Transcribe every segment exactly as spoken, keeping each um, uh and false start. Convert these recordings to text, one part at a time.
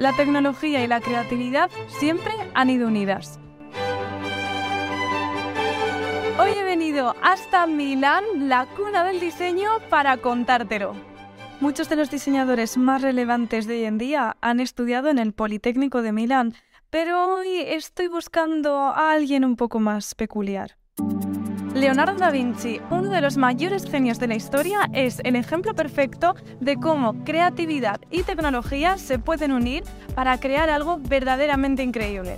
La tecnología y la creatividad siempre han ido unidas. Hoy he venido hasta Milán, la cuna del diseño, para contártelo. Muchos de los diseñadores más relevantes de hoy en día han estudiado en el Politécnico de Milán, pero hoy estoy buscando a alguien un poco más peculiar. Leonardo da Vinci, uno de los mayores genios de la historia, es el ejemplo perfecto de cómo creatividad y tecnología se pueden unir para crear algo verdaderamente increíble.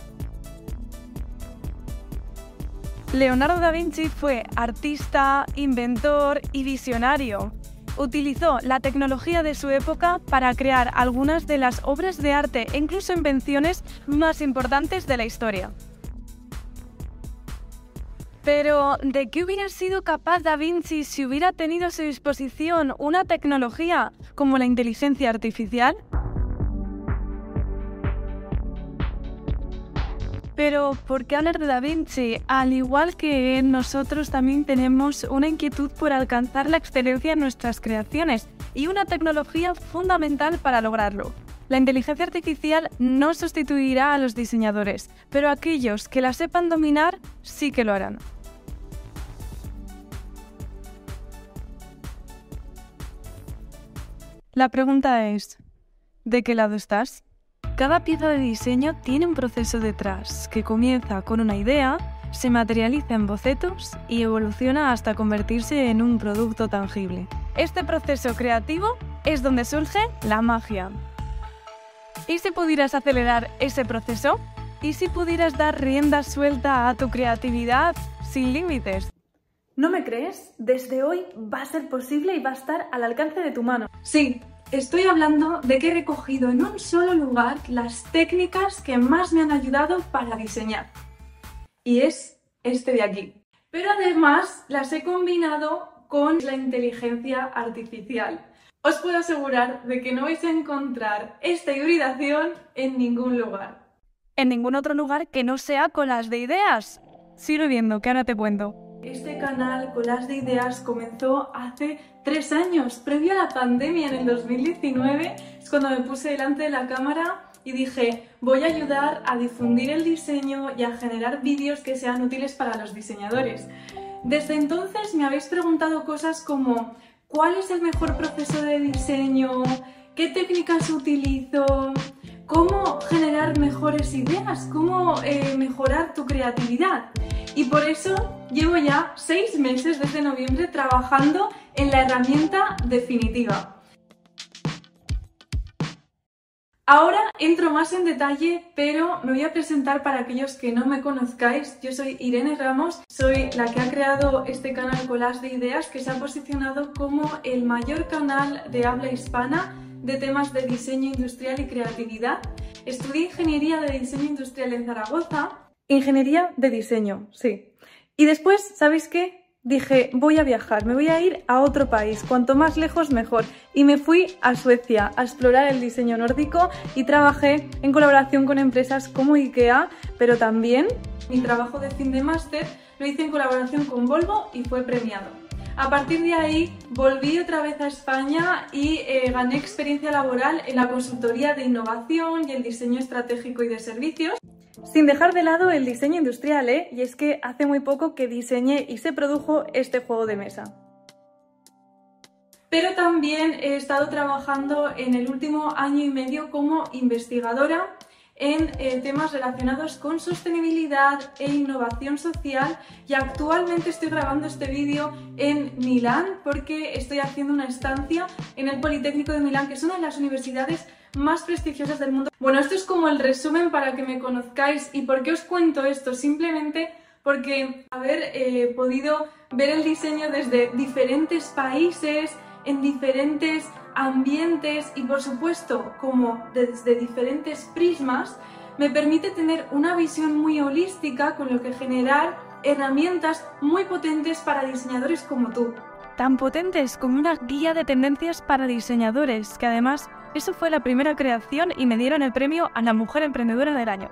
Leonardo da Vinci fue artista, inventor y visionario. Utilizó la tecnología de su época para crear algunas de las obras de arte e incluso invenciones más importantes de la historia. Pero, ¿de qué hubiera sido capaz Da Vinci si hubiera tenido a su disposición una tecnología como la inteligencia artificial? Pero, ¿por qué hablar de Da Vinci? Al igual que nosotros también tenemos una inquietud por alcanzar la excelencia en nuestras creaciones y una tecnología fundamental para lograrlo. La inteligencia artificial no sustituirá a los diseñadores, pero aquellos que la sepan dominar sí que lo harán. La pregunta es, ¿de qué lado estás? Cada pieza de diseño tiene un proceso detrás, que comienza con una idea, se materializa en bocetos y evoluciona hasta convertirse en un producto tangible. Este proceso creativo es donde surge la magia. ¿Y si pudieras acelerar ese proceso? ¿Y si pudieras dar rienda suelta a tu creatividad sin límites? ¿No me crees? Desde hoy va a ser posible y va a estar al alcance de tu mano. Sí, estoy hablando de que he recogido en un solo lugar las técnicas que más me han ayudado para diseñar. Y es este de aquí. Pero además las he combinado con la inteligencia artificial. Os puedo asegurar de que no vais a encontrar esta hibridación en ningún lugar. En ningún otro lugar que no sea Collage de Ideas. Sigue viendo, que ahora te cuento. Este canal, Collage de Ideas, comenzó hace tres años, previo a la pandemia, en el dos mil diecinueve. Es cuando me puse delante de la cámara y dije, voy a ayudar a difundir el diseño y a generar vídeos que sean útiles para los diseñadores. Desde entonces me habéis preguntado cosas como, ¿cuál es el mejor proceso de diseño? ¿Qué técnicas utilizo? ¿Cómo generar mejores ideas? ¿Cómo eh, mejorar tu creatividad? Y por eso llevo ya seis meses desde noviembre trabajando en la herramienta definitiva. Ahora entro más en detalle, pero me voy a presentar para aquellos que no me conozcáis. Yo soy Irene Ramos, soy la que ha creado este canal Collage de Ideas, que se ha posicionado como el mayor canal de habla hispana de temas de diseño industrial y creatividad. Estudié Ingeniería de Diseño Industrial en Zaragoza. Ingeniería de diseño, sí. Y después, ¿sabéis qué? Dije, voy a viajar, me voy a ir a otro país, cuanto más lejos mejor. Y me fui a Suecia a explorar el diseño nórdico y trabajé en colaboración con empresas como IKEA, pero también mi trabajo de fin de máster lo hice en colaboración con Volvo y fue premiado. A partir de ahí volví otra vez a España y eh, gané experiencia laboral en la consultoría de innovación y el diseño estratégico y de servicios. Sin dejar de lado el diseño industrial, ¿eh? Y es que hace muy poco que diseñé y se produjo este juego de mesa. Pero también he estado trabajando en el último año y medio como investigadora en eh, temas relacionados con sostenibilidad e innovación social, y actualmente estoy grabando este vídeo en Milán porque estoy haciendo una estancia en el Politécnico de Milán, que es una de las universidades más prestigiosas del mundo. Bueno, esto es como el resumen para que me conozcáis. ¿Y por qué os cuento esto? Simplemente porque haber eh, podido ver el diseño desde diferentes países, en diferentes ambientes y por supuesto como desde diferentes prismas, me permite tener una visión muy holística, con lo que generar herramientas muy potentes para diseñadores como tú. Tan potentes como una guía de tendencias para diseñadores, que además eso fue la primera creación y me dieron el premio a la Mujer Emprendedora del Año.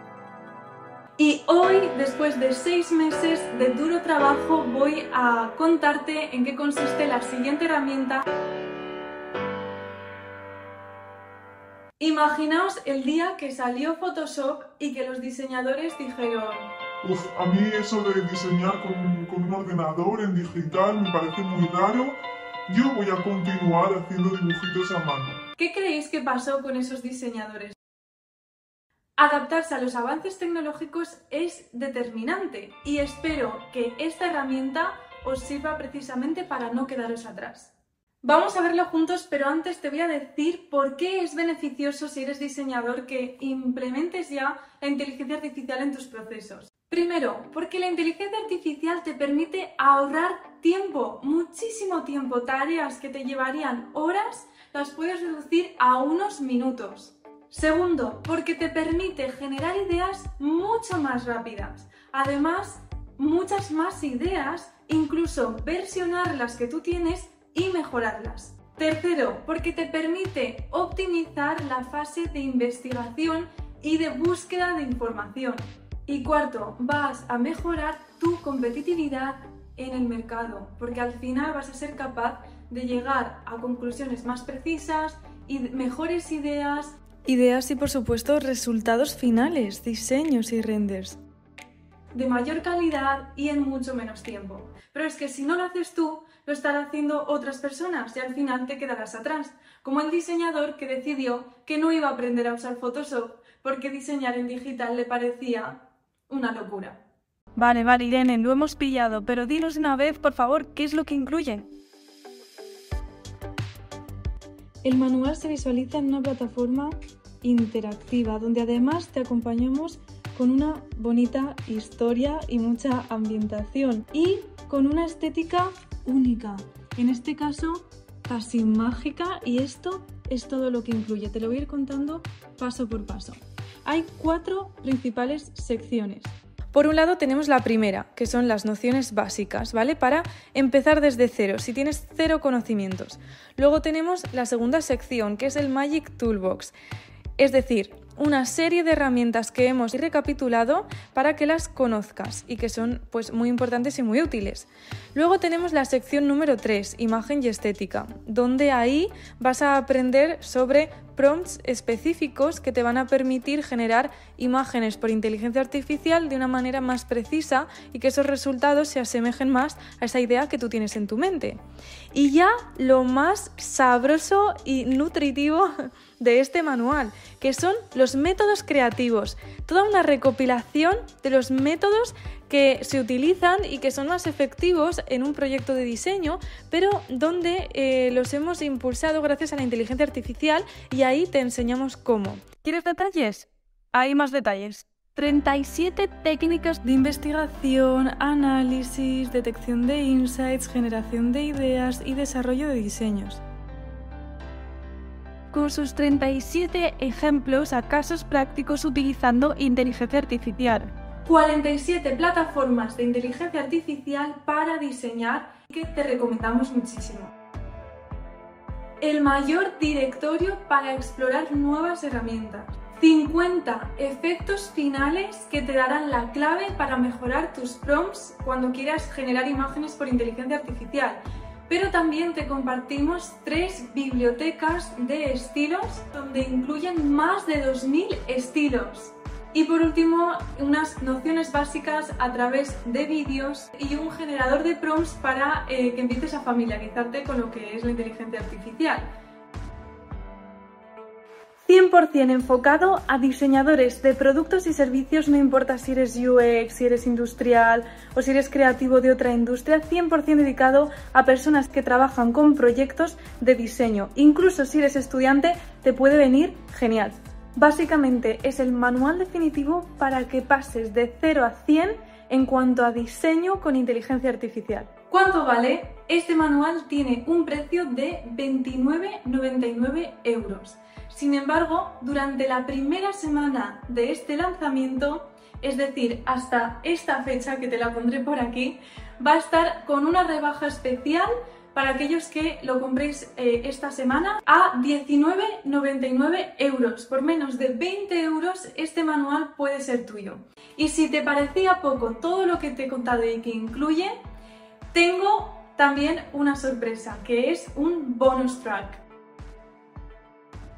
Y hoy, después de seis meses de duro trabajo, voy a contarte en qué consiste la siguiente herramienta. Imaginaos el día que salió Photoshop y que los diseñadores dijeron: Uf, a mí eso de diseñar con, con un ordenador en digital me parece muy raro. Yo voy a continuar haciendo dibujitos a mano. ¿Qué creéis que pasó con esos diseñadores? Adaptarse a los avances tecnológicos es determinante y espero que esta herramienta os sirva precisamente para no quedaros atrás. Vamos a verlo juntos, pero antes te voy a decir por qué es beneficioso, si eres diseñador, que implementes ya la inteligencia artificial en tus procesos. Primero, porque la inteligencia artificial te permite ahorrar tiempo, muchísimo tiempo. Tareas que te llevarían horas las puedes reducir a unos minutos. Segundo, porque te permite generar ideas mucho más rápidas. Además, muchas más ideas, incluso versionar las que tú tienes y mejorarlas. Tercero, porque te permite optimizar la fase de investigación y de búsqueda de información. Y cuarto, vas a mejorar tu competitividad en el mercado, porque al final vas a ser capaz de llegar a conclusiones más precisas y mejores ideas. Ideas y, por supuesto, resultados finales, diseños y renders de mayor calidad y en mucho menos tiempo. Pero es que si no lo haces tú, lo estarán haciendo otras personas y al final te quedarás atrás, como el diseñador que decidió que no iba a aprender a usar Photoshop porque diseñar en digital le parecía una locura. Vale, vale, Irene, lo hemos pillado, pero dinos una vez, por favor, ¿qué es lo que incluye? El manual se visualiza en una plataforma interactiva, donde además te acompañamos con una bonita historia y mucha ambientación y con una estética única, en este caso casi mágica, y esto es todo lo que incluye. Te lo voy a ir contando paso por paso. Hay cuatro principales secciones. Por un lado tenemos la primera, que son las nociones básicas, ¿vale? Para empezar desde cero, si tienes cero conocimientos. Luego tenemos la segunda sección, que es el Magic Toolbox, es decir, una serie de herramientas que hemos recapitulado para que las conozcas y que son, pues, muy importantes y muy útiles. Luego tenemos la sección número tres, imagen y estética, donde ahí vas a aprender sobre prompts específicos que te van a permitir generar imágenes por inteligencia artificial de una manera más precisa y que esos resultados se asemejen más a esa idea que tú tienes en tu mente. Y ya lo más sabroso y nutritivo de este manual, que son los métodos creativos, toda una recopilación de los métodos que se utilizan y que son más efectivos en un proyecto de diseño, pero donde eh, los hemos impulsado gracias a la inteligencia artificial, y ahí te enseñamos cómo. ¿Quieres detalles? Hay más detalles. treinta y siete técnicas de investigación, análisis, detección de insights, generación de ideas y desarrollo de diseños, con sus treinta y siete ejemplos a casos prácticos utilizando inteligencia artificial. cuarenta y siete plataformas de inteligencia artificial para diseñar que te recomendamos muchísimo. El mayor directorio para explorar nuevas herramientas. cincuenta efectos finales que te darán la clave para mejorar tus prompts cuando quieras generar imágenes por inteligencia artificial. Pero también te compartimos tres bibliotecas de estilos donde incluyen más de dos mil estilos. Y por último, unas nociones básicas a través de vídeos y un generador de prompts para eh, que empieces a familiarizarte con lo que es la inteligencia artificial. cien por cien enfocado a diseñadores de productos y servicios, no importa si eres U X, si eres industrial o si eres creativo de otra industria, cien por cien dedicado a personas que trabajan con proyectos de diseño. Incluso si eres estudiante, te puede venir genial. Básicamente es el manual definitivo para que pases de cero a cien en cuanto a diseño con inteligencia artificial. ¿Cuánto vale? Este manual tiene un precio de veintinueve noventa y nueve euros. Sin embargo, durante la primera semana de este lanzamiento, es decir, hasta esta fecha que te la pondré por aquí, va a estar con una rebaja especial para aquellos que lo compréis eh, esta semana a diecinueve noventa y nueve euros. Por menos de veinte euros este manual puede ser tuyo. Y si te parecía poco todo lo que te he contado y que incluye, tengo también una sorpresa, que es un bonus track.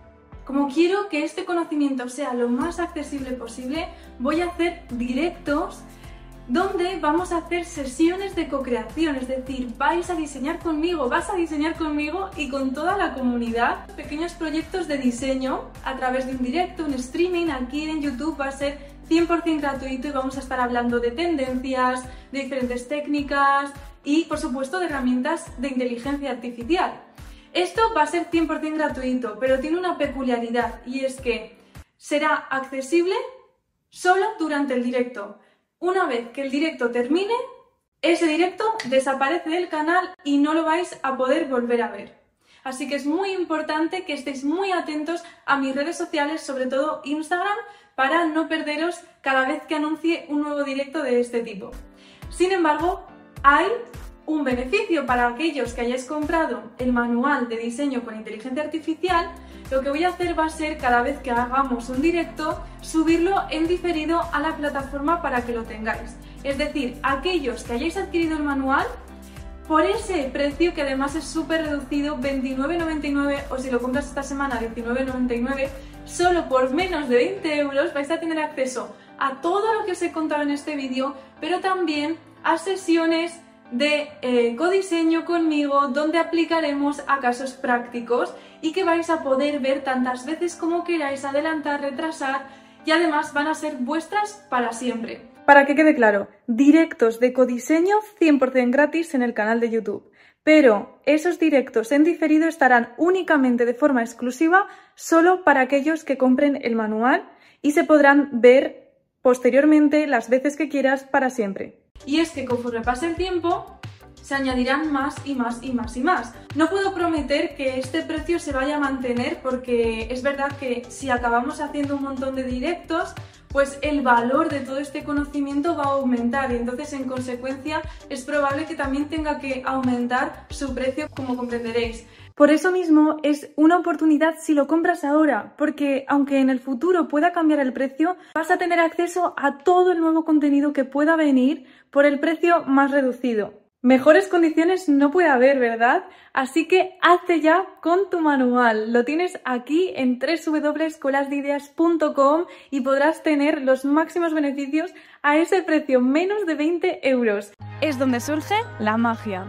Como quiero que este conocimiento sea lo más accesible posible, voy a hacer directos donde vamos a hacer sesiones de co-creación, es decir, vais a diseñar conmigo, vas a diseñar conmigo y con toda la comunidad pequeños proyectos de diseño a través de un directo, un streaming. Aquí en YouTube va a ser cien por cien gratuito y vamos a estar hablando de tendencias, de diferentes técnicas y, por supuesto, de herramientas de inteligencia artificial. Esto va a ser cien por cien gratuito, pero tiene una peculiaridad y es que será accesible solo durante el directo. Una vez que el directo termine, ese directo desaparece del canal y no lo vais a poder volver a ver. Así que es muy importante que estéis muy atentos a mis redes sociales, sobre todo Instagram, para no perderos cada vez que anuncie un nuevo directo de este tipo. Sin embargo, hay un beneficio para aquellos que hayáis comprado el manual de diseño con inteligencia artificial. Lo que voy a hacer va a ser, cada vez que hagamos un directo, subirlo en diferido a la plataforma para que lo tengáis. Es decir, aquellos que hayáis adquirido el manual, por ese precio, que además es súper reducido, veintinueve noventa y nueve, o si lo compras esta semana, diecinueve noventa y nueve, solo por menos de veinte euros vais a tener acceso a todo lo que os he contado en este vídeo, pero también a sesiones de eh, codiseño conmigo, donde aplicaremos a casos prácticos y que vais a poder ver tantas veces como queráis, adelantar, retrasar, y además van a ser vuestras para siempre. Para que quede claro, directos de codiseño cien por cien gratis en el canal de YouTube, pero esos directos en diferido estarán únicamente de forma exclusiva solo para aquellos que compren el manual y se podrán ver posteriormente las veces que quieras para siempre. Y es que conforme pase el tiempo se añadirán más y más y más y más. No puedo prometer que este precio se vaya a mantener, porque es verdad que si acabamos haciendo un montón de directos, pues el valor de todo este conocimiento va a aumentar y entonces en consecuencia es probable que también tenga que aumentar su precio, como comprenderéis. Por eso mismo es una oportunidad si lo compras ahora, porque aunque en el futuro pueda cambiar el precio, vas a tener acceso a todo el nuevo contenido que pueda venir por el precio más reducido. Mejores condiciones no puede haber, ¿verdad? Así que hazte ya con tu manual. Lo tienes aquí en doble u doble u doble u punto escuelas de ideas punto com y podrás tener los máximos beneficios a ese precio, menos de veinte euros. Es donde surge la magia.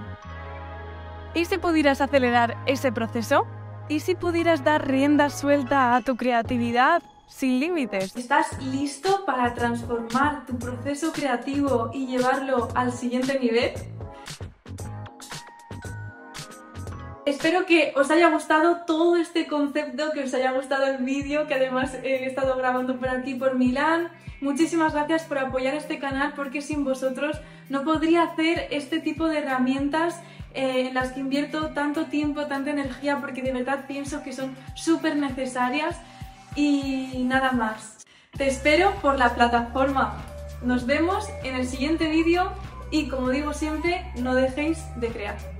¿Y si pudieras acelerar ese proceso? ¿Y si pudieras dar rienda suelta a tu creatividad sin límites? ¿Estás listo para transformar tu proceso creativo y llevarlo al siguiente nivel? Espero que os haya gustado todo este concepto, que os haya gustado el vídeo, que además he estado grabando por aquí, por Milán. Muchísimas gracias por apoyar este canal, porque sin vosotros no podría hacer este tipo de herramientas eh, en las que invierto tanto tiempo, tanta energía, porque de verdad pienso que son súper necesarias. Y nada más. Te espero por la plataforma. Nos vemos en el siguiente vídeo y, como digo siempre, no dejéis de crear.